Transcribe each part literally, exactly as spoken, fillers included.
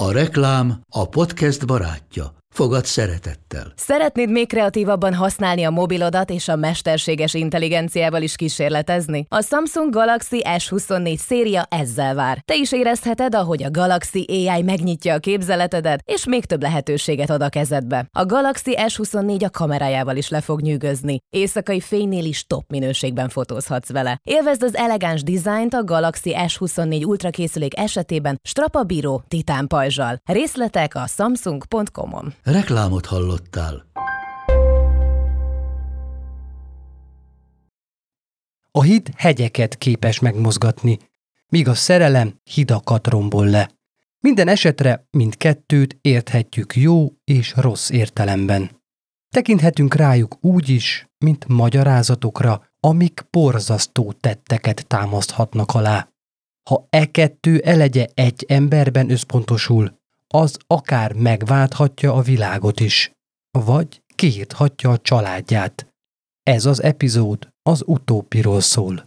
A reklám a podcast barátja. Fogad szeretettel. Szeretnéd még kreatívabban használni a mobilodat és a mesterséges intelligenciával is kísérletezni? A Samsung Galaxy S huszonnégy széria ezzel vár. Te is érezheted, ahogy a Galaxy á i megnyitja a képzeletedet, és még több lehetőséget ad a kezedbe. A Galaxy S huszonnégy a kamerájával is le fog nyűgözni. Éjszakai fénynél is top minőségben fotózhatsz vele. Élvezd az elegáns dizájnt a Galaxy S huszonnégy Ultra készülék esetében strapabíró titán pajzsal. Részletek a samsung pont com-on. Reklámot hallottál. A hit hegyeket képes megmozgatni, míg a szerelem hidakat rombol le. Minden esetre mindkettőt érthetjük jó és rossz értelemben. Tekinthetünk rájuk úgy is, mint magyarázatokra, amik borzasztó tetteket támaszthatnak alá. Ha e kettő elegye egy emberben összpontosul, az akár megválthatja a világot is, vagy kiírthatja a családját. Ez az epizód az utópiról szól.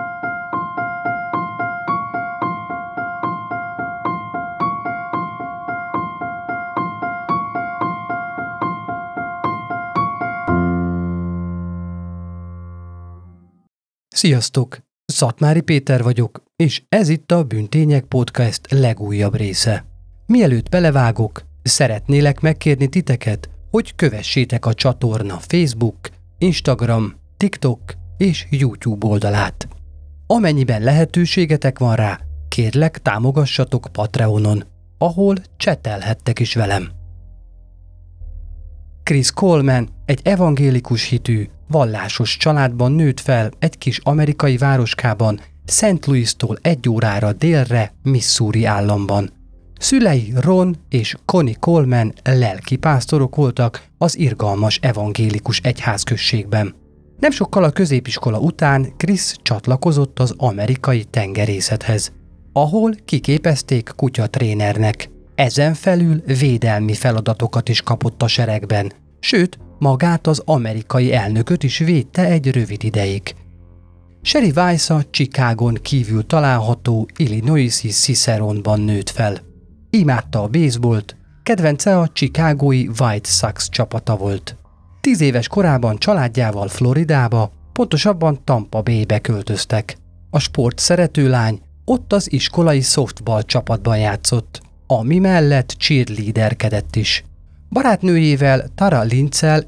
Sziasztok! Szatmári Péter vagyok, és ez itt a Bűntények Podcast legújabb része. Mielőtt belevágok, szeretnélek megkérni titeket, hogy kövessétek a csatorna Facebook, Instagram, TikTok és YouTube oldalát. Amennyiben lehetőségetek van rá, kérlek támogassatok Patreonon, ahol csetelhettek is velem. Chris Coleman egy evangélikus hitű, vallásos családban nőtt fel egy kis amerikai városkában, Saint Louis-tól egy órára délre, Missouri államban. Szülei Ron és Connie Coleman lelkipásztorok voltak az irgalmas evangélikus egyházközségben. Nem sokkal a középiskola után Chris csatlakozott az amerikai tengerészethez, ahol kiképezték kutyatrénernek. Ezen felül védelmi feladatokat is kapott a seregben, sőt, magát az amerikai elnököt is védte egy rövid ideig. Sherry Weiss a Chicagon kívül található Illinois-i Ciceronban nőtt fel. Imádta a baseballt, kedvence a chicagói White Sox csapata volt. Tíz éves korában családjával Floridába, pontosabban Tampa Baybe költöztek. A sport szerető lány ott az iskolai softball csapatban játszott, ami mellett cheerleaderkedett is. Barátnőjével, Tara Lindsell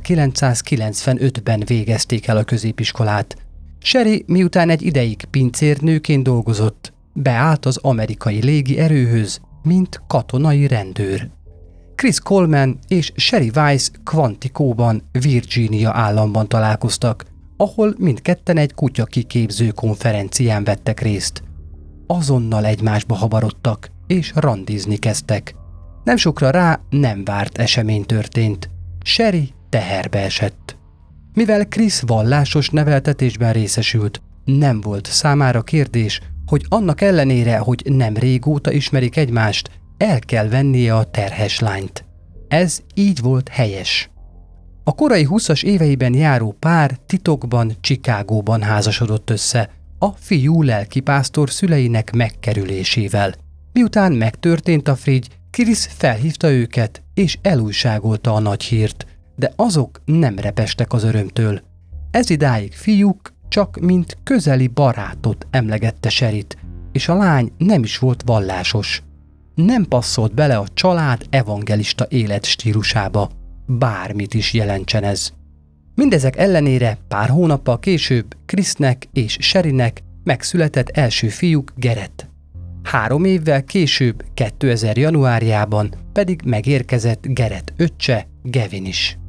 ezerkilencszázkilencvenötben végezték el a középiskolát. Sherry miután egy ideig pincérnőként dolgozott, beállt az amerikai légi erőhöz, mint katonai rendőr. Chris Coleman és Sherry Weiss Quanticóban, Virginia államban találkoztak, ahol mindketten egy kutya kiképző konferencián vettek részt. Azonnal egymásba habarodtak, és randizni kezdtek. Nem sokra rá nem várt esemény történt. Sherry teherbe esett. Mivel Chris vallásos neveltetésben részesült, nem volt számára kérdés, hogy annak ellenére, hogy nem régóta ismerik egymást, el kell vennie a terhes lányt. Ez így volt helyes. A korai húszas éveiben járó pár titokban Chicagóban házasodott össze, a fiú lelkipásztor szüleinek megkerülésével. Miután megtörtént a frigy, Chris felhívta őket és elújságolta a nagy hírt, de azok nem repestek az örömtől. Ez idáig fiúk csak mint közeli barátot emlegette Sherryt, és a lány nem is volt vallásos. Nem passzolt bele a család evangelista életstílusába, bármit is jelentsen ez. Mindezek ellenére pár hónappal később Chrisnek és Sherrynek megszületett első fiúk Garrett. Három évvel később, kétezer januárjában pedig megérkezett Garrett öccse, Gavin is.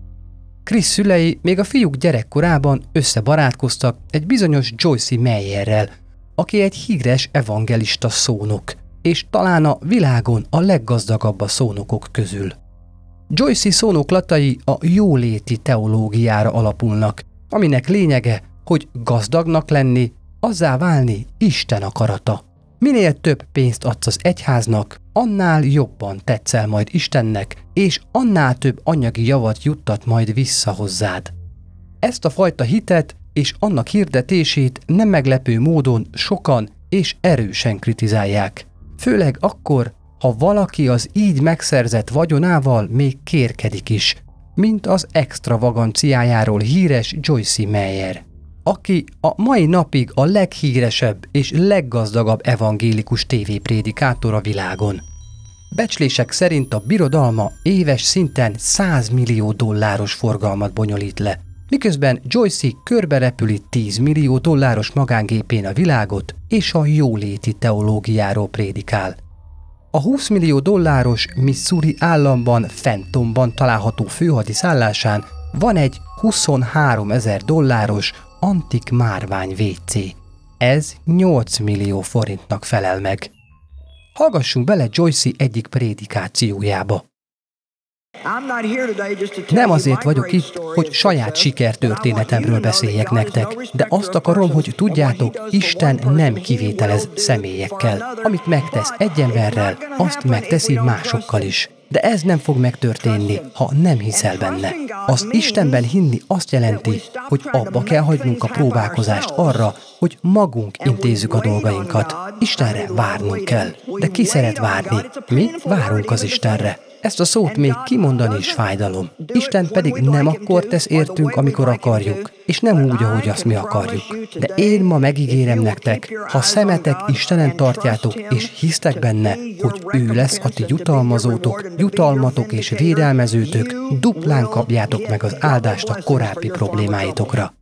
Chris szülei még a fiúk gyerekkorában összebarátkoztak egy bizonyos Joyce Meyerrel, aki egy híres evangelista szónok, és talán a világon a leggazdagabb a szónokok közül. Joyce szónoklatai a jóléti teológiára alapulnak, aminek lényege, hogy gazdagnak lenni, azzá válni Isten akarata. Minél több pénzt adsz az egyháznak, annál jobban tetszel majd Istennek, és annál több anyagi javat juttat majd vissza hozzád. Ezt a fajta hitet és annak hirdetését nem meglepő módon sokan és erősen kritizálják. Főleg akkor, ha valaki az így megszerzett vagyonával még kérkedik is, mint az extravaganciájáról híres Joyce Meyer, aki a mai napig a leghíresebb és leggazdagabb evangélikus tévéprédikátor a világon. Becslések szerint a birodalma éves szinten száz millió dolláros forgalmat bonyolít le, miközben Joyce körberepüli tíz millió dolláros magángépén a világot és a jóléti teológiáról prédikál. A húsz millió dolláros Missouri államban Fentonban található főhadiszállásán van egy huszonháromezer dolláros antik márvány vé cé. Ez nyolc millió forintnak felel meg. Hallgassunk bele Joyce egyik prédikációjába. Nem azért vagyok itt, hogy saját sikertörténetemről beszéljek nektek, de azt akarom, hogy tudjátok, Isten nem kivételez személyekkel. Amit megtesz egy emberrel, azt megteszi másokkal is. De ez nem fog megtörténni, ha nem hiszel benne. Az Istenben hinni azt jelenti, hogy abba kell hagynunk a próbálkozást arra, hogy magunk intézzük a dolgainkat. Istenre várnunk kell. De ki szeret várni? Mi várunk az Istenre. Ezt a szót még kimondani is fájdalom. Isten pedig nem akkor tesz értünk, amikor akarjuk, és nem úgy, ahogy azt mi akarjuk. De én ma megígérem nektek, ha szemetek Istenen tartjátok, és hisztek benne, hogy ő lesz a ti jutalmazótok, jutalmatok és védelmezőtök, duplán kapjátok meg az áldást a korábbi problémáitokra.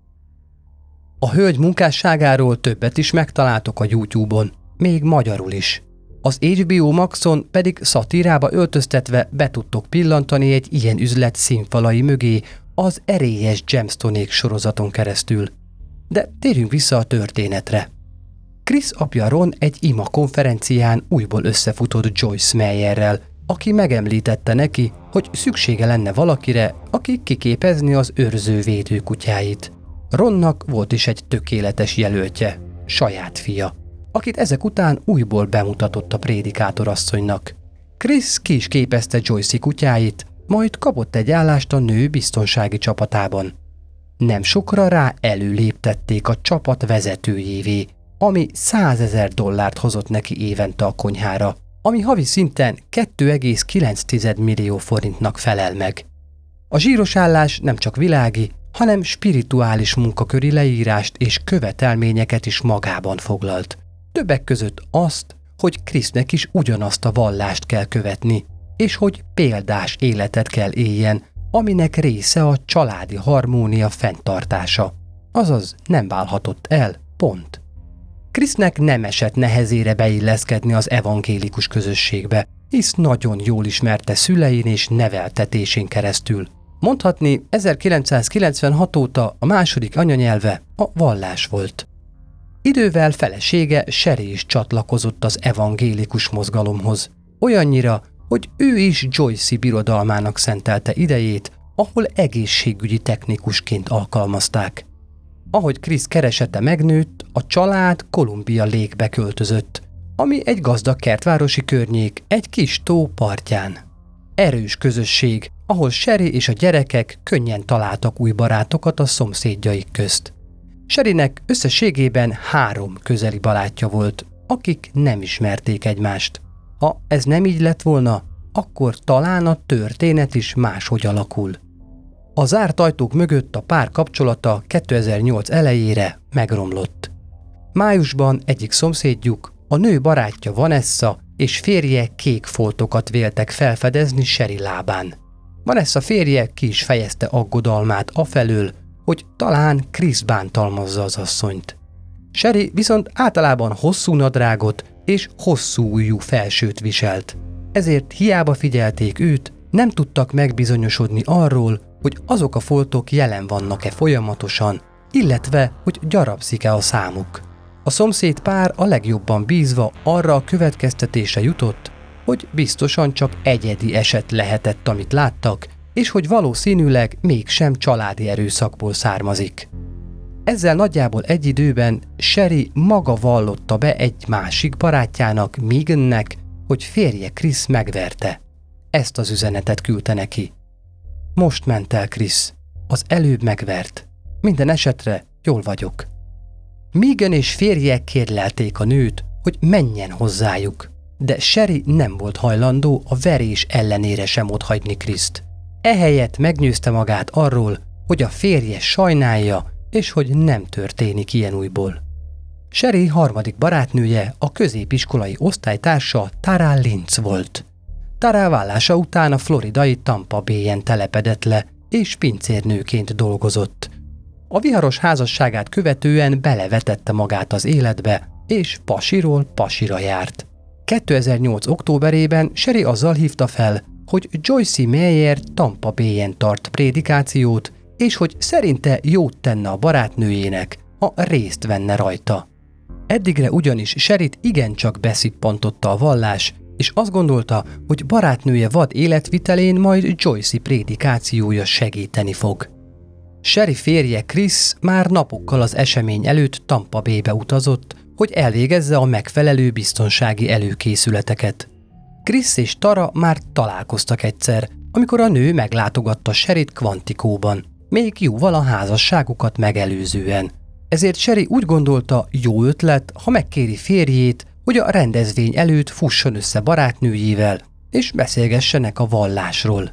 A hölgy munkásságáról többet is megtaláltok a YouTube-on, még magyarul is. Az há bé o Maxon pedig szatírába öltöztetve be tudtok pillantani egy ilyen üzlet színfalai mögé az erélyes Gemstonék sorozaton keresztül. De térjünk vissza a történetre. Chris apja Ron egy ima konferencián újból összefutott Joyce Meyerrel, aki megemlítette neki, hogy szüksége lenne valakire, aki kiképezni az őrző védőkutyáit. Ronnak volt is egy tökéletes jelöltje, saját fia, akit ezek után újból bemutatott a prédikátorasszonynak. Chris ki is képezte Joyce kutyáit, majd kapott egy állást a nő biztonsági csapatában. Nem sokra rá előléptették a csapat vezetőjévé, ami százezer dollárt hozott neki évente a konyhára, ami havi szinten két egész kilenc millió forintnak felel meg. A zsíros állás nem csak világi, hanem spirituális munkaköri leírást és követelményeket is magában foglalt. Többek között azt, hogy Chrisnek is ugyanazt a vallást kell követni, és hogy példás életet kell éljen, aminek része a családi harmónia fenntartása. Azaz nem válhatott el, pont. Chrisnek nem esett nehezére beilleszkedni az evangélikus közösségbe, hisz nagyon jól ismerte szülein és neveltetésén keresztül. Mondhatni, ezerkilencszázkilencvenhat óta a második anyanyelve a vallás volt. Idővel felesége Sherry is csatlakozott az evangélikus mozgalomhoz, olyannyira, hogy ő is Joyce birodalmának szentelte idejét, ahol egészségügyi technikusként alkalmazták. Ahogy Chris keresete megnőtt, a család Columbia Lake-be költözött, ami egy gazdag kertvárosi környék egy kis tó partján. Erős közösség, ahol Sherry és a gyerekek könnyen találtak új barátokat a szomszédjaik közt. Sherrynek összességében három közeli barátja volt, akik nem ismerték egymást. Ha ez nem így lett volna, akkor talán a történet is máshogy alakul. A zárt ajtók mögött a pár kapcsolata kétezer-nyolc elejére megromlott. Májusban egyik szomszédjuk, a nő barátja Vanessa és férje kék foltokat véltek felfedezni Sherry lábán. Vanessa férje ki is fejezte aggodalmát afelől, hogy talán Chris bántalmazza az asszonyt. Sherry viszont általában hosszú nadrágot és hosszú ujjú felsőt viselt. Ezért hiába figyelték őt, nem tudtak megbizonyosodni arról, hogy azok a foltok jelen vannak-e folyamatosan, illetve, hogy gyarapszik-e a számuk. A szomszéd pár a legjobban bízva arra a következtetésre jutott, hogy biztosan csak egyedi eset lehetett, amit láttak, és hogy valószínűleg mégsem családi erőszakból származik. Ezzel nagyjából egy időben Sherry maga vallotta be egy másik barátjának, Megannek, hogy férje Chris megverte. Ezt az üzenetet küldte neki. Most ment el Chris. Az előbb megvert. Minden esetre jól vagyok. Megan és férje kérlelték a nőt, hogy menjen hozzájuk. de Sherry nem volt hajlandó a verés ellenére sem otthagyni Christ. Ehelyett meggyőzte magát arról, hogy a férje sajnálja, és hogy nem történik ilyen újból. Sherry harmadik barátnője a középiskolai osztálytársa Tara Lynch volt. Tara vállása után a floridai Tampa Bayen telepedett le, és pincérnőként dolgozott. A viharos házasságát követően belevetette magát az életbe, és pasiról pasira járt. kétezer-nyolc októberében Sherry azzal hívta fel, hogy Joyce Meyer Tampa Bayen tart prédikációt, és hogy szerinte jót tenne a barátnőjének, ha részt venne rajta. Eddigre ugyanis Sherryt igencsak beszippantotta a vallás, és azt gondolta, hogy barátnője vad életvitelén majd Joyce prédikációja segíteni fog. Sherry férje Chris már napokkal az esemény előtt Tampa Baybe utazott, hogy elvégezze a megfelelő biztonsági előkészületeket. Chris és Tara már találkoztak egyszer, amikor a nő meglátogatta Sherryt Quanticóban, még jóval a házasságukat megelőzően. Ezért Sherry úgy gondolta, jó ötlet, ha megkéri férjét, hogy a rendezvény előtt fusson össze barátnőjével, és beszélgessenek a vallásról.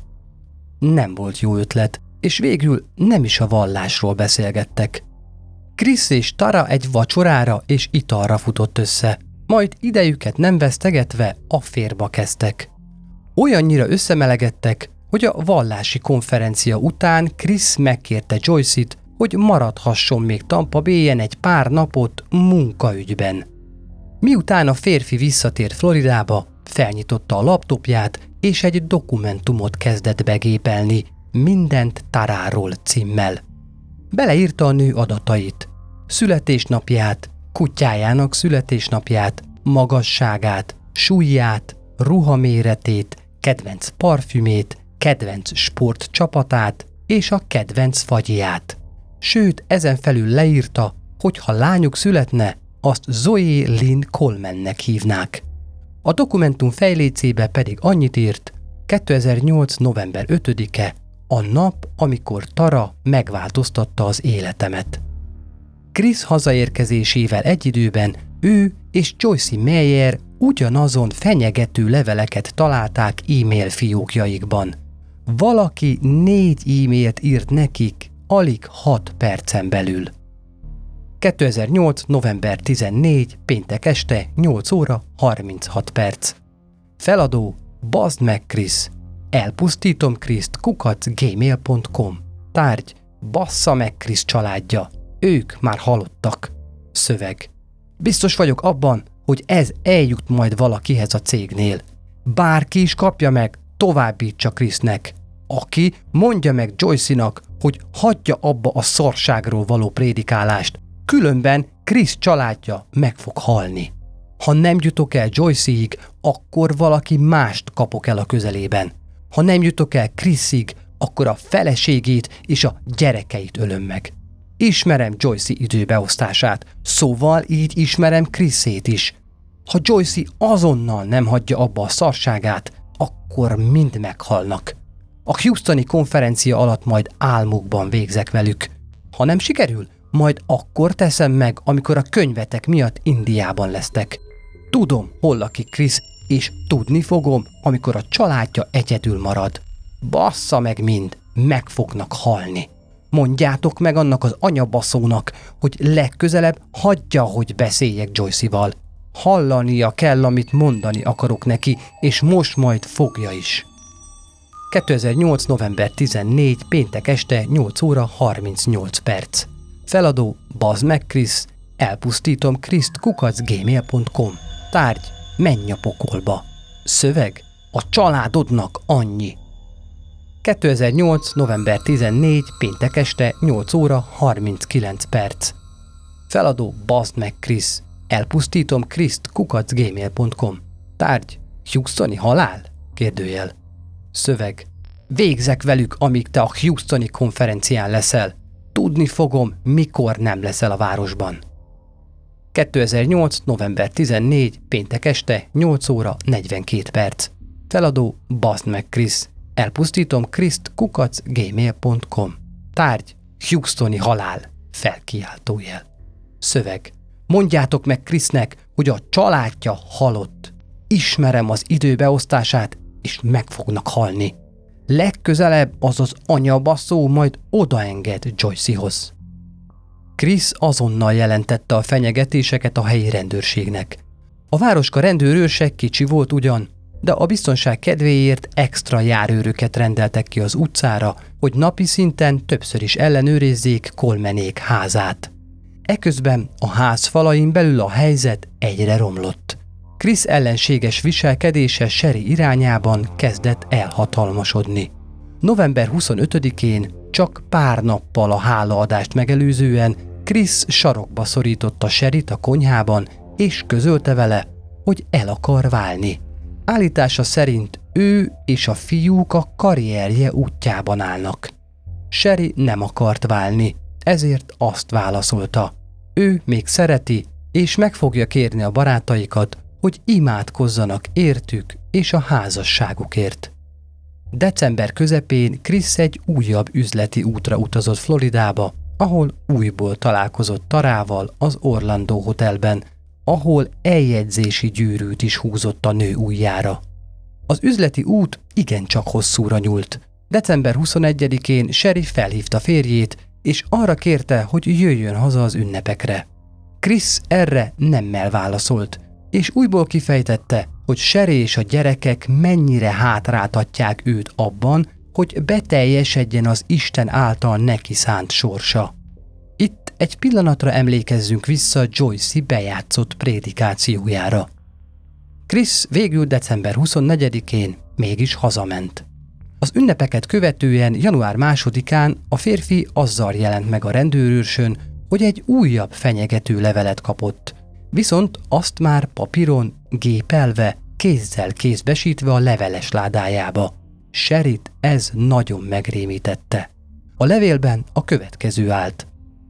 Nem volt jó ötlet, és végül nem is a vallásról beszélgettek. Chris és Tara egy vacsorára és italra futott össze, majd idejüket nem vesztegetve afférba kezdtek. Olyannyira összemelegedtek, hogy a vallási konferencia után Chris megkérte Joyce-t, hogy maradhasson még Tampa Bayen egy pár napot munkaügyben. Miután a férfi visszatért Floridába, felnyitotta a laptopját, és egy dokumentumot kezdett begépelni, Mindent Taráról címmel. Beleírta a nő adatait, születésnapját, kutyájának születésnapját, magasságát, súlyát, ruhaméretét, kedvenc parfümét, kedvenc sportcsapatát és a kedvenc fagyját. Sőt, ezen felül leírta, hogy ha lányuk születne, azt Zoe Lynn Colemannek hívnák. A dokumentum fejlécébe pedig annyit írt: kétezer-nyolc november ötödike, a nap, amikor Tara megváltoztatta az életemet. Chris hazaérkezésével egy időben ő és Joyce Meyer ugyanazon fenyegető leveleket találták e-mail fiókjaikban. Valaki négy e-mailt írt nekik alig hat percen belül. kétezer-nyolc november tizennegyedike, péntek este, nyolc óra harminchat perc. Feladó: Bazd meg Chris. Elpusztítom Christ kukac gmail pont com. Tárgy: Bassza meg Chris családja. Ők már halottak. Szöveg: Biztos vagyok abban, hogy ez eljut majd valakihez a cégnél. Bárki is kapja meg, továbbítsa Chrisnek. Aki mondja meg Joyce-nak, hogy hagyja abba a szarságról való prédikálást, különben Chris családja meg fog halni. Ha nem jutok el Joyce-ig, akkor valaki mást kapok el a közelében. Ha nem jutok el Chrisig, akkor a feleségét és a gyerekeit ölöm meg. Ismerem Joyce időbeosztását, szóval így ismerem Chrisét is. Ha Joyce azonnal nem hagyja abba a szarságát, akkor mind meghalnak. A Houstoni konferencia alatt majd álmukban végzek velük. Ha nem sikerül, majd akkor teszem meg, amikor a könyvetek miatt Indiában lesztek. Tudom, hol lakik Chris, és tudni fogom, amikor a családja egyedül marad. Bassza meg mind, meg fognak halni. Mondjátok meg annak az anyabaszónak, hogy legközelebb hagyja, hogy beszéljek Joyce-val. Hallania kell, amit mondani akarok neki, és most majd fogja is. kétezer-nyolc november tizennegyedike, péntek este, nyolc óra harmincnyolc perc. Feladó: Bazd meg Chris. Elpusztítom Christ kukac gmail pont com. Tárgy: Menj a pokolba. Szöveg: A családodnak annyi. kétezer-nyolc november tizennegyedike, péntek este, nyolc óra harminckilenc perc. Feladó: Bazd meg Chris. Elpusztítom Christ kukac gmail pont com. Tárgy: Houstoni halál? Kérdőjel. Szöveg: Végzek velük, amíg te a Houstoni konferencián leszel. Tudni fogom, mikor nem leszel a városban. kétezer-nyolc november tizennegyedike, péntek este, nyolc óra negyvenkét perc. Feladó: Bazd meg Chris. Elpusztítom Christ kukac gmail pont com. Tárgy: Houstoni halál. Felkiáltójel. Szöveg: Mondjátok meg Chrisnek, hogy a családja halott. Ismerem az időbeosztását, és meg fognak halni. Legközelebb az az anyabaszó majd odaenged Joyce-hoz. Chris azonnal jelentette a fenyegetéseket a helyi rendőrségnek. A városka rendőrőrse kicsi volt ugyan, de a biztonság kedvéért extra járőröket rendeltek ki az utcára, hogy napi szinten többször is ellenőrizzék Colemanék házát. Eközben a ház falain belül a helyzet egyre romlott. Chris ellenséges viselkedése Sherry irányában kezdett elhatalmasodni. november huszonötödikén, csak pár nappal a hálaadást megelőzően Chris sarokba szorította Sherryt a konyhában, és közölte vele, hogy el akar válni. Állítása szerint ő és a fiúk a karrierje útjában állnak. Sherry nem akart válni, ezért azt válaszolta. Ő még szereti, és meg fogja kérni a barátaikat, hogy imádkozzanak értük és a házasságukért. December közepén Chris egy újabb üzleti útra utazott Floridába, ahol újból találkozott Tarával az Orlando Hotelben, ahol eljegyzési gyűrűt is húzott a nő ujjára. Az üzleti út igencsak hosszúra nyúlt. december huszonegyedikén Sherry felhívta férjét, és arra kérte, hogy jöjjön haza az ünnepekre. Chris erre nemmel válaszolt, és újból kifejtette, hogy Sherry és a gyerekek mennyire hátráltatják őt abban, hogy beteljesedjen az Isten által neki szánt sorsa. Itt egy pillanatra emlékezzünk vissza Joyce bejátszott prédikációjára. Chris végül december huszonnegyedikén mégis hazament. Az ünnepeket követően január másodikán a férfi azzal jelent meg a rendőrőrsön, hogy egy újabb fenyegető levelet kapott, viszont azt már papíron, gépelve, kézzel kézbesítve a leveles ládájába. Sherryt ez nagyon megrémítette. A levélben a következő állt.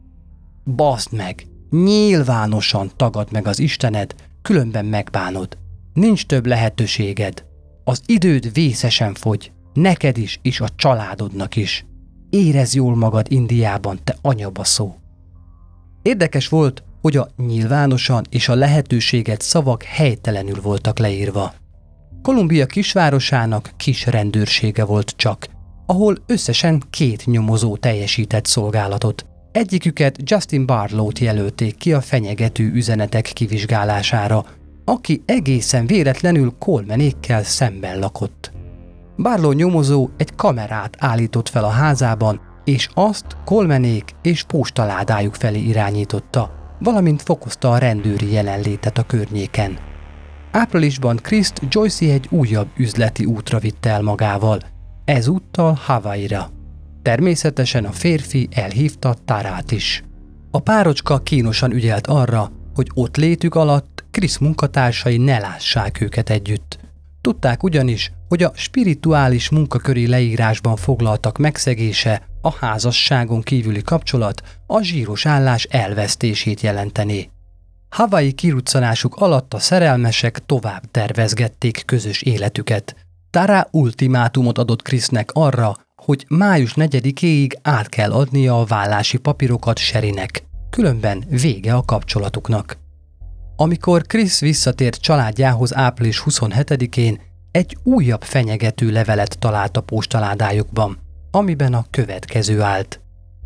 Baszd meg! Nyilvánosan tagad meg az Istened, különben megbánod. Nincs több lehetőséged. Az időd vészesen fogy, neked is és a családodnak is. Érezd jól magad Indiában, te anyabaszó. Érdekes volt, hogy a nyilvánosan és a lehetőséget szavak helytelenül voltak leírva. Kolumbia kisvárosának kis rendőrsége volt csak, ahol összesen két nyomozó teljesített szolgálatot. Egyiküket Justin Barlow-t jelölték ki a fenyegető üzenetek kivizsgálására, aki egészen véletlenül Colemanékkel szemben lakott. Barlow nyomozó egy kamerát állított fel a házában, és azt Colemanék és postaládájuk felé irányította, valamint fokozta a rendőri jelenlétet a környéken. Áprilisban Christ Joyce egy újabb üzleti útra vitte el magával, ezúttal Hawaii-ra. Természetesen a férfi elhívta Tarát is. A párocska kínosan ügyelt arra, hogy ott létük alatt Chris munkatársai ne lássák őket együtt. Tudták ugyanis, hogy a spirituális munkaköri leírásban foglaltak megszegése, a házasságon kívüli kapcsolat a zsíros állás elvesztését jelentené. Hawaii kiruccanásuk alatt a szerelmesek tovább tervezgették közös életüket. Tara ultimátumot adott Chrisnek arra, hogy május negyedikéig át kell adnia a vállási papírokat Sherrynek, különben vége a kapcsolatuknak. Amikor Chris visszatért családjához április huszonhetedikén, egy újabb fenyegető levelet talált a postaládájukban, amiben a következő állt.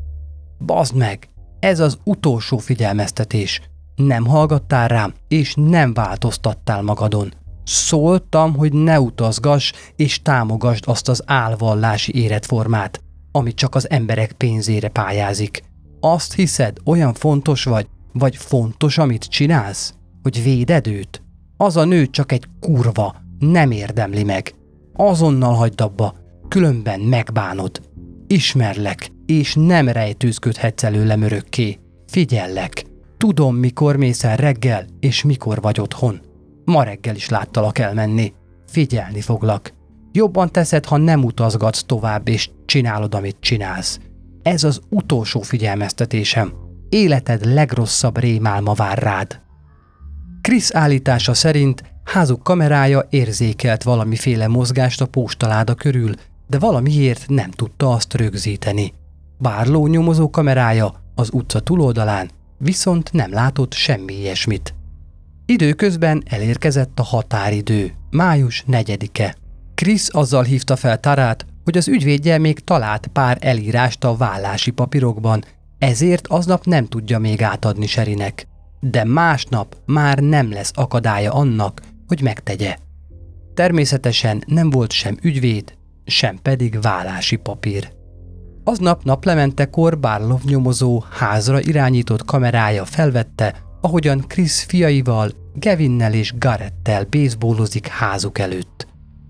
Bazd meg! Ez az utolsó figyelmeztetés. Nem hallgattál rám, és nem változtattál magadon. Szóltam, hogy ne utazgass, és támogasd azt az álvallási életformát, ami csak az emberek pénzére pályázik. Azt hiszed, olyan fontos vagy, vagy fontos, amit csinálsz? Hogy véded őt? Az a nő csak egy kurva, nem érdemli meg. Azonnal hagyd abba, különben megbánod. Ismerlek, és nem rejtőzködhetsz előlem örökké. Figyellek, tudom, mikor mész el reggel, és mikor vagy otthon. Ma reggel is láttalak elmenni. Figyelni foglak. Jobban teszed, ha nem utazgatsz tovább, és csinálod, amit csinálsz. Ez az utolsó figyelmeztetésem. Életed legrosszabb rémálma vár rád. Chris állítása szerint házuk kamerája érzékelt valamiféle mozgást a postaláda körül, de valamiért nem tudta azt rögzíteni. Barlow nyomozó kamerája az utca túloldalán viszont nem látott semmi ilyesmit. Időközben elérkezett a határidő, május negyedike. Chris azzal hívta fel Tarát, hogy az ügyvédje még talált pár elírást a vállási papírokban, ezért aznap nem tudja még átadni Sherrynek. De másnap már nem lesz akadálya annak, hogy megtegye. Természetesen nem volt sem ügyvéd, sem pedig vállási papír. Aznap naplementekor Barlow nyomozó házra irányított kamerája felvette, ahogyan Chris fiaival, Gavinnel és Garrettel baseballozik házuk előtt.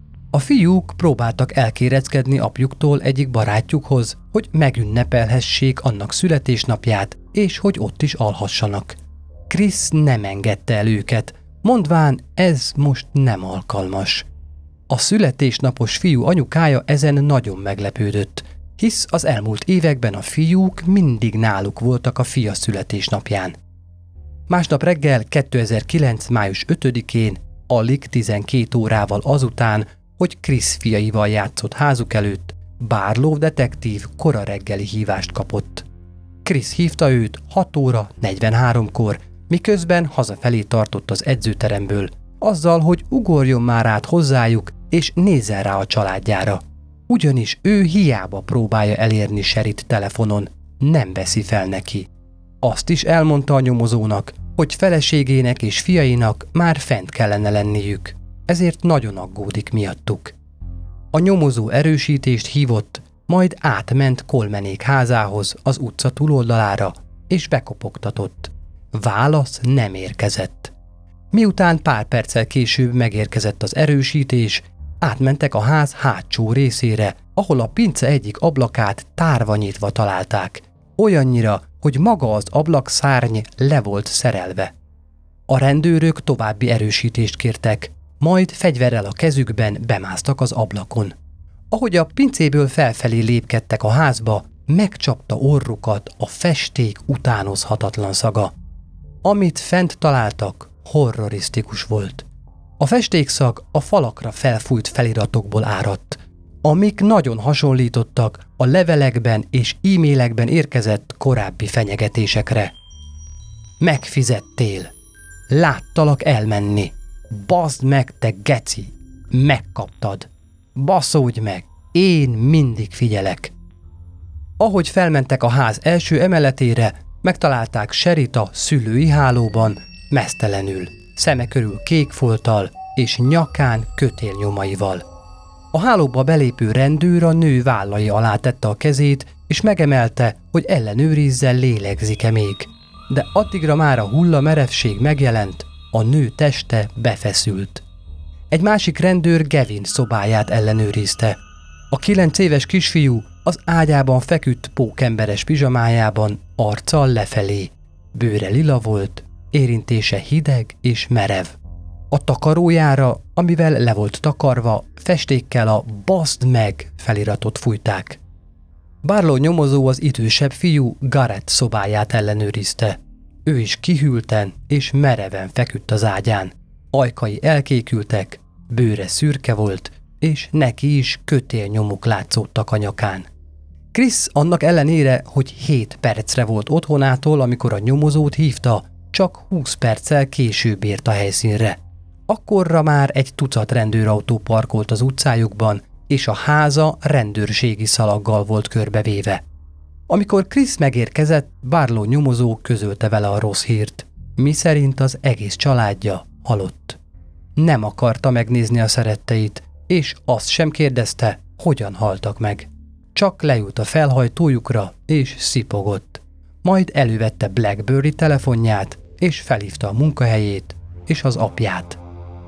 A fiúk próbáltak elkéreckedni apjuktól egyik barátjukhoz, hogy megünnepelhessék annak születésnapját, és hogy ott is alhassanak. Chris nem engedte el őket, mondván, ez most nem alkalmas. A születésnapos fiú anyukája ezen nagyon meglepődött, hisz az elmúlt években a fiúk mindig náluk voltak a fia születésnapján. Másnap reggel kétezer-kilenc. május ötödikén, alig tizenkét órával azután, hogy Chris fiaival játszott házuk előtt, Barlow detektív kora reggeli hívást kapott. Chris hívta őt hat óra negyvenháromkor, miközben hazafelé tartott az edzőteremből, azzal, hogy ugorjon már át hozzájuk, és nézzen rá a családjára. Ugyanis ő hiába próbálja elérni Sherryt telefonon, nem veszi fel neki. Azt is elmondta a nyomozónak, hogy feleségének és fiainak már fent kellene lenniük, ezért nagyon aggódik miattuk. A nyomozó erősítést hívott, majd átment Colemanék házához az utca túloldalára, és bekopogtatott. Válasz nem érkezett. Miután pár perccel később megérkezett az erősítés, átmentek a ház hátsó részére, ahol a pince egyik ablakát tárva nyitva találták, olyannyira, hogy maga az ablakszárny le volt szerelve. A rendőrök további erősítést kértek, majd fegyverrel a kezükben bemásztak az ablakon. Ahogy a pincéből felfelé lépkedtek a házba, megcsapta orrukat a festék utánozhatatlan szaga. Amit fent találtak, horrorisztikus volt. A festékszag a falakra felfújt feliratokból áradt, amik nagyon hasonlítottak a levelekben és e-mailekben érkezett korábbi fenyegetésekre. Megfizettél. Láttalak elmenni. Baszd meg, te geci! Megkaptad! Baszódj meg! Én mindig figyelek! Ahogy felmentek a ház első emeletére, megtalálták Sherryt a szülői hálóban, meztelenül, szeme körül kék folttal és nyakán kötélnyomaival. A hálóba belépő rendőr a nő vállai alá tette a kezét, és megemelte, hogy ellenőrizze, lélegzik-e még. De addigra már a hullamerevség megjelent, a nő teste befeszült. Egy másik rendőr Gavin szobáját ellenőrizte. A kilenc éves kisfiú az ágyában feküdt pókemberes pizsamájában, arccal lefelé. Bőre lila volt, érintése hideg és merev. A takarójára, amivel le volt takarva, festékkel a baszd meg feliratot fújták. Barlow nyomozó az idősebb fiú Garrett szobáját ellenőrizte. Ő is kihűlten és mereven feküdt az ágyán. Ajkai elkékültek, bőre szürke volt, és neki is kötélnyomok látszódtak a nyakán. Chris annak ellenére, hogy hét percre volt otthonától, amikor a nyomozót hívta, csak húsz perccel később ért a helyszínre. Akkorra már egy tucat rendőrautó parkolt az utcájukban, és a háza rendőrségi szalaggal volt körbevéve. Amikor Chris megérkezett, Barlow nyomozó közölte vele a rossz hírt, miszerint az egész családja halott. Nem akarta megnézni a szeretteit, és azt sem kérdezte, hogyan haltak meg. Csak leült a felhajtójukra, és szipogott. Majd elővette BlackBerry telefonját, és felhívta a munkahelyét és az apját.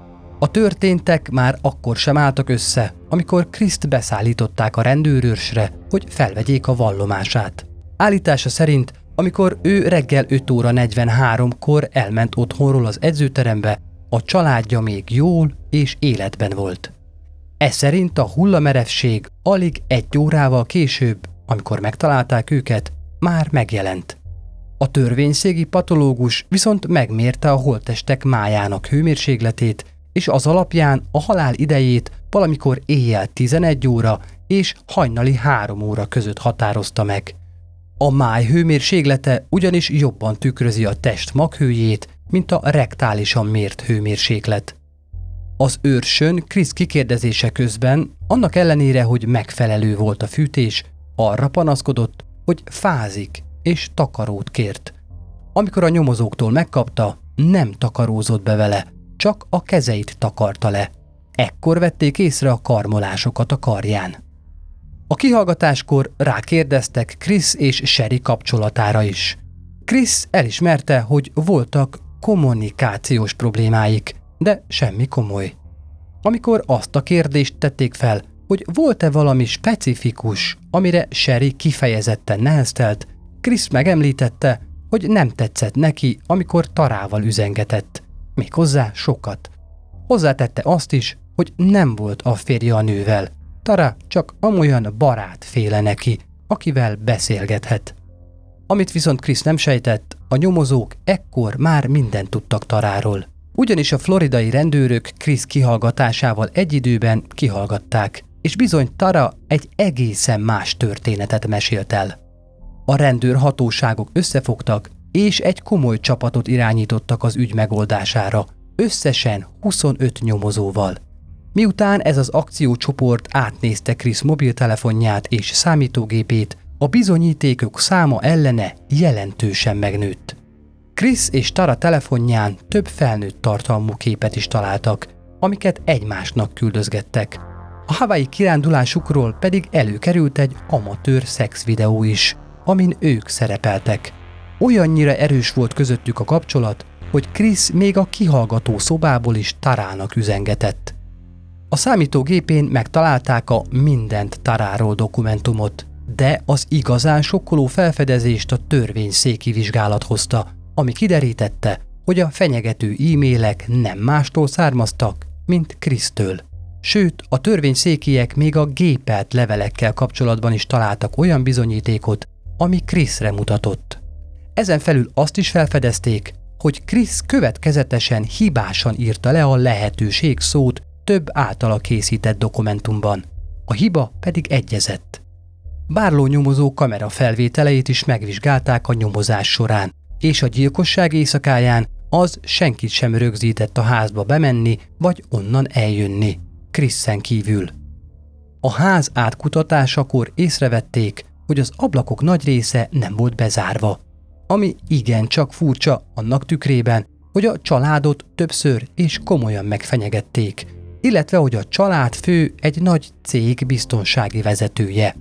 A történtek már akkor sem álltak össze, amikor Christ beszállították a rendőrőrsre, hogy felvegyék a vallomását. Állítása szerint, amikor ő reggel öt óra negyvenháromkor elment otthonról az edzőterembe, a családja még jól és életben volt. Ez szerint a hullamerevség alig egy órával később, amikor megtalálták őket, már megjelent. A törvényszégi patológus viszont megmérte a holttestek májának hőmérsékletét, és az alapján a halál idejét valamikor éjjel tizenegy óra és hajnali három óra között határozta meg. A máj hőmérséklete ugyanis jobban tükrözi a test maghőjét, mint a rektálisan mért hőmérséklet. Az őrsön Chris kikérdezése közben, annak ellenére, hogy megfelelő volt a fűtés, arra panaszkodott, hogy fázik és takarót kért. Amikor a nyomozóktól megkapta, nem takarózott be vele, csak a kezeit takarta le. Ekkor vették észre a karmolásokat a karján. A kihallgatáskor rákérdeztek Chris és Sherry kapcsolatára is. Chris elismerte, hogy voltak kommunikációs problémáik, de semmi komoly. Amikor azt a kérdést tették fel, hogy volt-e valami specifikus, amire Sherry kifejezetten neheztelt, Chris megemlítette, hogy nem tetszett neki, amikor Tarával üzengetett. Méghozzá sokat. Hozzátette azt is, hogy nem volt a férje a nővel. Tara csak amolyan barát féle neki, akivel beszélgethet. Amit viszont Chris nem sejtett, a nyomozók ekkor már mindent tudtak Taráról. Ugyanis a floridai rendőrök Chris kihallgatásával egy időben kihallgatták, és bizony Tara egy egészen más történetet mesélt el. A rendőrhatóságok összefogtak, és egy komoly csapatot irányítottak az ügy megoldására, összesen huszonöt nyomozóval. Miután ez az akciócsoport átnézte Chris mobiltelefonját és számítógépét, a bizonyítékok száma ellene jelentősen megnőtt. Chris és Tara telefonján több felnőtt tartalmú képet is találtak, amiket egymásnak küldözgettek. A Hawaii kirándulásukról pedig előkerült egy amatőr szexvideó is, amin ők szerepeltek. Olyannyira erős volt közöttük a kapcsolat, hogy Chris még a kihallgató szobából is Tarának üzengetett. A számítógépén megtalálták a Mindent Taráról dokumentumot, de az igazán sokkoló felfedezést a törvényszéki vizsgálat hozta, ami kiderítette, hogy a fenyegető e-mailek nem mástól származtak, mint Christől. Sőt, a törvényszékiek még a gépelt levelekkel kapcsolatban is találtak olyan bizonyítékot, ami Chrisre mutatott. Ezen felül azt is felfedezték, hogy Chris következetesen hibásan írta le a lehetőség szót több általa készített dokumentumban. A hiba pedig egyezett. Bárló nyomozó kamerafelvételeit is megvizsgálták a nyomozás során, és a gyilkosság éjszakáján az senkit sem rögzített a házba bemenni vagy onnan eljönni, Chrisen kívül. A ház átkutatásakor észrevették, hogy az ablakok nagy része nem volt bezárva, ami igencsak furcsa annak tükrében, hogy a családot többször és komolyan megfenyegették, illetve hogy a család fő egy nagy cég biztonsági vezetője.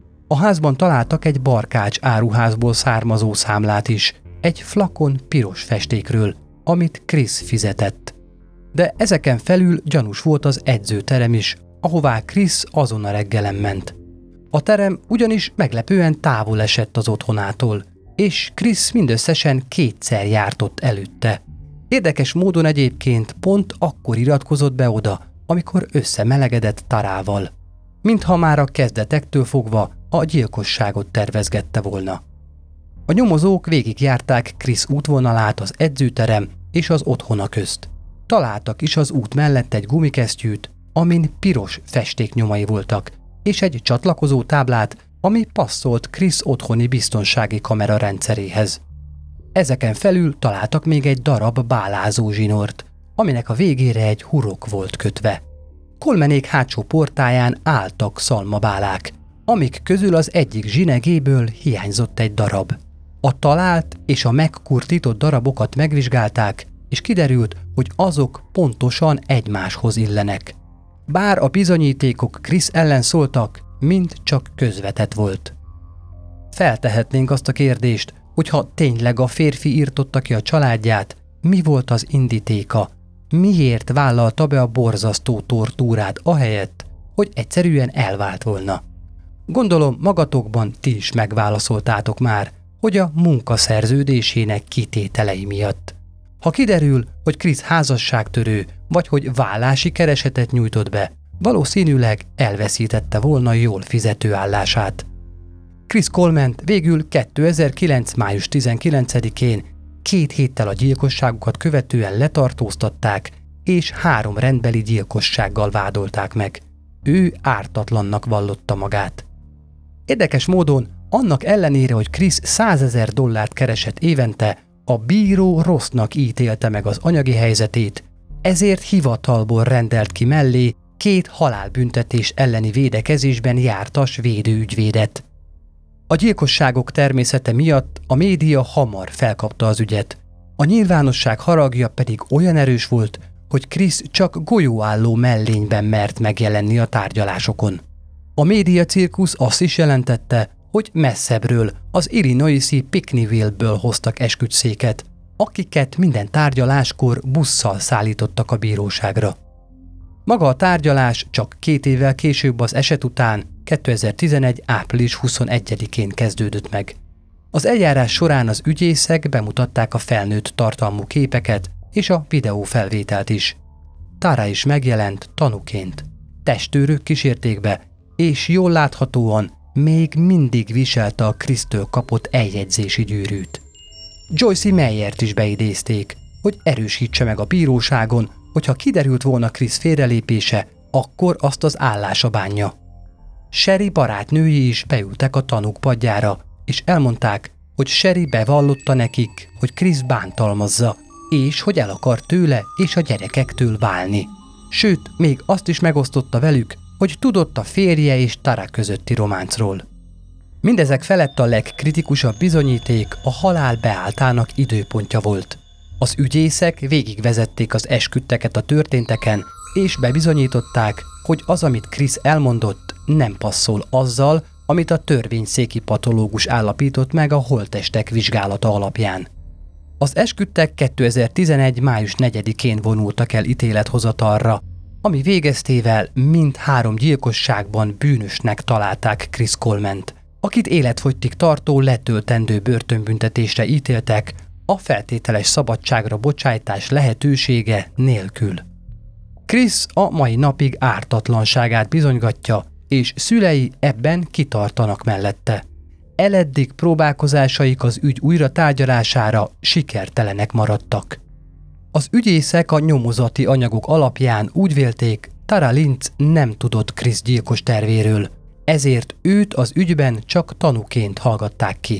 A házban találtak egy barkács áruházból származó számlát is, egy flakon piros festékről, amit Chris fizetett. De ezeken felül gyanús volt az edzőterem is, ahová Chris azon a reggelen ment. A terem ugyanis meglepően távol esett az otthonától, és Chris mindösszesen kétszer járt ott előtte. Érdekes módon egyébként pont akkor iratkozott be oda, amikor összemelegedett Tarával. Mintha már a kezdetektől fogva a gyilkosságot tervezgette volna. A nyomozók végigjárták Chris útvonalát az edzőterem és az otthona közt. Találtak is az út mellett egy gumikesztyűt, amin piros festéknyomai voltak, és egy csatlakozó táblát, ami passzolt Chris otthoni biztonsági kamera rendszeréhez. Ezeken felül találtak még egy darab bálázó zsinort, aminek a végére egy hurok volt kötve. Colemanék hátsó portáján álltak szalmabálák, amik közül az egyik zsinegéből hiányzott egy darab. A talált és a megkurtított darabokat megvizsgálták, és kiderült, hogy azok pontosan egymáshoz illenek. Bár a bizonyítékok Chris ellen szóltak, mind csak közvetett volt. Feltehetnénk azt a kérdést, hogy ha tényleg a férfi írtotta ki a családját, mi volt az indítéka? Miért vállalta be a borzasztó tortúrát ahelyett, hogy egyszerűen elvált volna? Gondolom magatokban ti is megválaszoltátok már, hogy a munkaszerződésének kitételei miatt. Ha kiderül, hogy Chris házasságtörő, vagy hogy vállási keresetet nyújtott be, valószínűleg elveszítette volna jól fizető állását. Chris Colemant végül kétezer-kilenc. május tizenkilencedikén, két héttel a gyilkosságukat követően letartóztatták, és három rendbeli gyilkossággal vádolták meg. Ő ártatlannak vallotta magát. Érdekes módon, annak ellenére, hogy Chris százezer dollárt keresett évente, A bíró rossznak ítélte meg az anyagi helyzetét, ezért hivatalból rendelt ki mellé két halálbüntetés elleni védekezésben jártas védőügyvédet. A gyilkosságok természete miatt a média hamar felkapta az ügyet. A nyilvánosság haragja pedig olyan erős volt, hogy Chris csak golyóálló mellényben mert megjelenni a tárgyalásokon. A média cirkusz azt is jelentette, hogy messzebbről, az Illinois-i Pinckneyville-ből hoztak esküdtszéket, akiket minden tárgyaláskor busszal szállítottak a bíróságra. Maga a tárgyalás csak két évvel később az eset után, kétezer-tizenegy. április huszonegyedikén kezdődött meg. Az eljárás során az ügyészek bemutatták a felnőtt tartalmú képeket és a videófelvételt is. Tara is megjelent tanúként. Testőrök kísérték be, és jól láthatóan még mindig viselte a Chris-től kapott eljegyzési gyűrűt. Joyce Meyert is beidézték, hogy erősítse meg a bíróságon, hogyha kiderült volna Chris félrelépése, akkor azt az állása bánja. Sherry barátnői is beültek a tanúk padjára, és elmondták, hogy Sherry bevallotta nekik, hogy Chris bántalmazza, és hogy el akar tőle és a gyerekektől válni. Sőt, még azt is megosztotta velük, hogy tudott a férje és Tara közötti románcról. Mindezek felett a legkritikusabb bizonyíték a halál beálltának időpontja volt. Az ügyészek végigvezették az esküdteket a történteken, és bebizonyították, hogy az, amit Chris elmondott, nem passzol azzal, amit a törvényszéki patológus állapított meg a holttestek vizsgálata alapján. Az esküdtek kétezer-tizenegy. május negyedikén vonultak el ítélethozatalra, ami végeztével mind három gyilkosságban bűnösnek találták Chris Coleman-t, akit életfogytig tartó letöltendő börtönbüntetésre ítéltek a feltételes szabadságra bocsájtás lehetősége nélkül. Chris a mai napig ártatlanságát bizonygatja, és szülei ebben kitartanak mellette. Eleddig próbálkozásaik az ügy újra tárgyalására sikertelenek maradtak. Az ügyészek a nyomozati anyagok alapján úgy vélték, Tara Lynch nem tudott Chris gyilkos tervéről, ezért őt az ügyben csak tanúként hallgatták ki.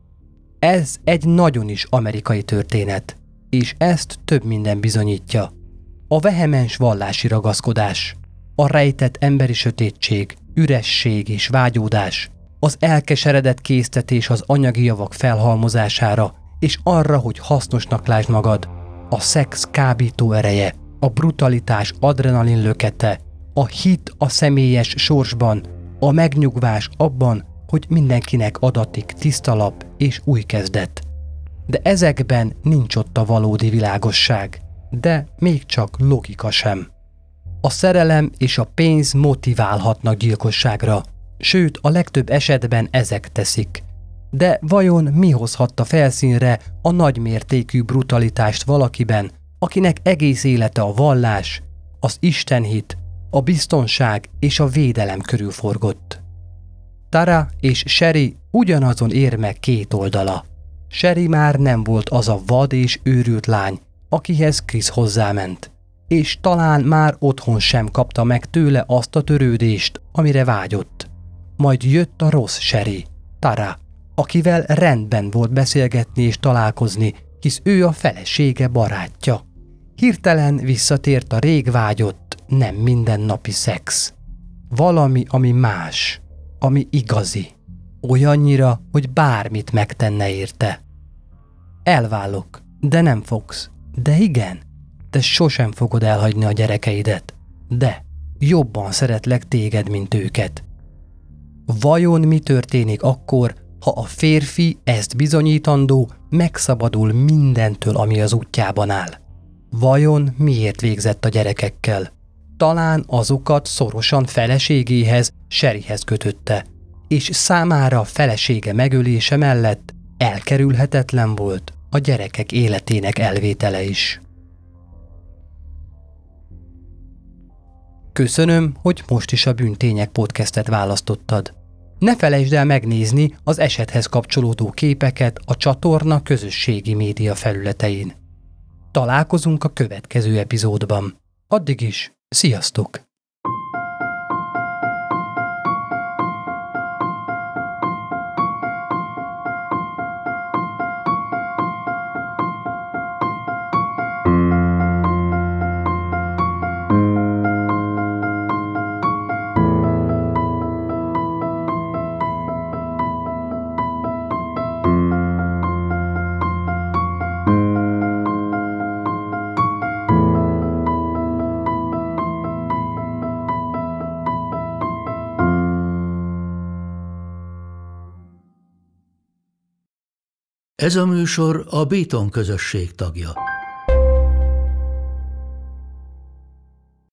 Ez egy nagyon is amerikai történet, és ezt több minden bizonyítja. A vehemens vallási ragaszkodás, a rejtett emberi sötétség, üresség és vágyódás, az elkeseredett késztetés az anyagi javak felhalmozására, és arra, hogy hasznosnak lásd magad, a szex kábító ereje, a brutalitás adrenalin lökete, a hit a személyes sorsban, a megnyugvás abban, hogy mindenkinek adatik tiszta lap és új kezdet. De ezekben nincs ott a valódi világosság, de még csak logika sem. A szerelem és a pénz motiválhatnak gyilkosságra, sőt a legtöbb esetben ezek teszik. De vajon mi hozhatta felszínre a nagymértékű brutalitást valakiben, akinek egész élete a vallás, az istenhit, a biztonság és a védelem körül forgott? Tara és Sherry ugyanazon érme két oldala. Sherry már nem volt az a vad és őrült lány, akihez Chris hozzáment, és talán már otthon sem kapta meg tőle azt a törődést, amire vágyott. Majd jött a rossz Sherry, Tara, akivel rendben volt beszélgetni és találkozni, hisz ő a felesége barátja. Hirtelen visszatért a rég vágyott, nem mindennapi szex. Valami, ami más, ami igazi. Olyannyira, hogy bármit megtenne érte. Elválok, de nem fogsz. De igen, te sosem fogod elhagyni a gyerekeidet. De jobban szeretlek téged, mint őket. Vajon mi történik akkor, ha a férfi ezt bizonyítandó megszabadul mindentől, ami az útjában áll? Vajon miért végzett a gyerekekkel? Talán azokat szorosan feleségéhez, Sherryhez kötötte, és számára felesége megölése mellett elkerülhetetlen volt a gyerekek életének elvétele is. Köszönöm, hogy most is a Bűntények podcastet választottad. Ne felejtsd el megnézni az esethez kapcsolódó képeket a csatorna közösségi média felületein. Találkozunk a következő epizódban. Addig is, sziasztok! Ez a műsor a Béton közösség tagja.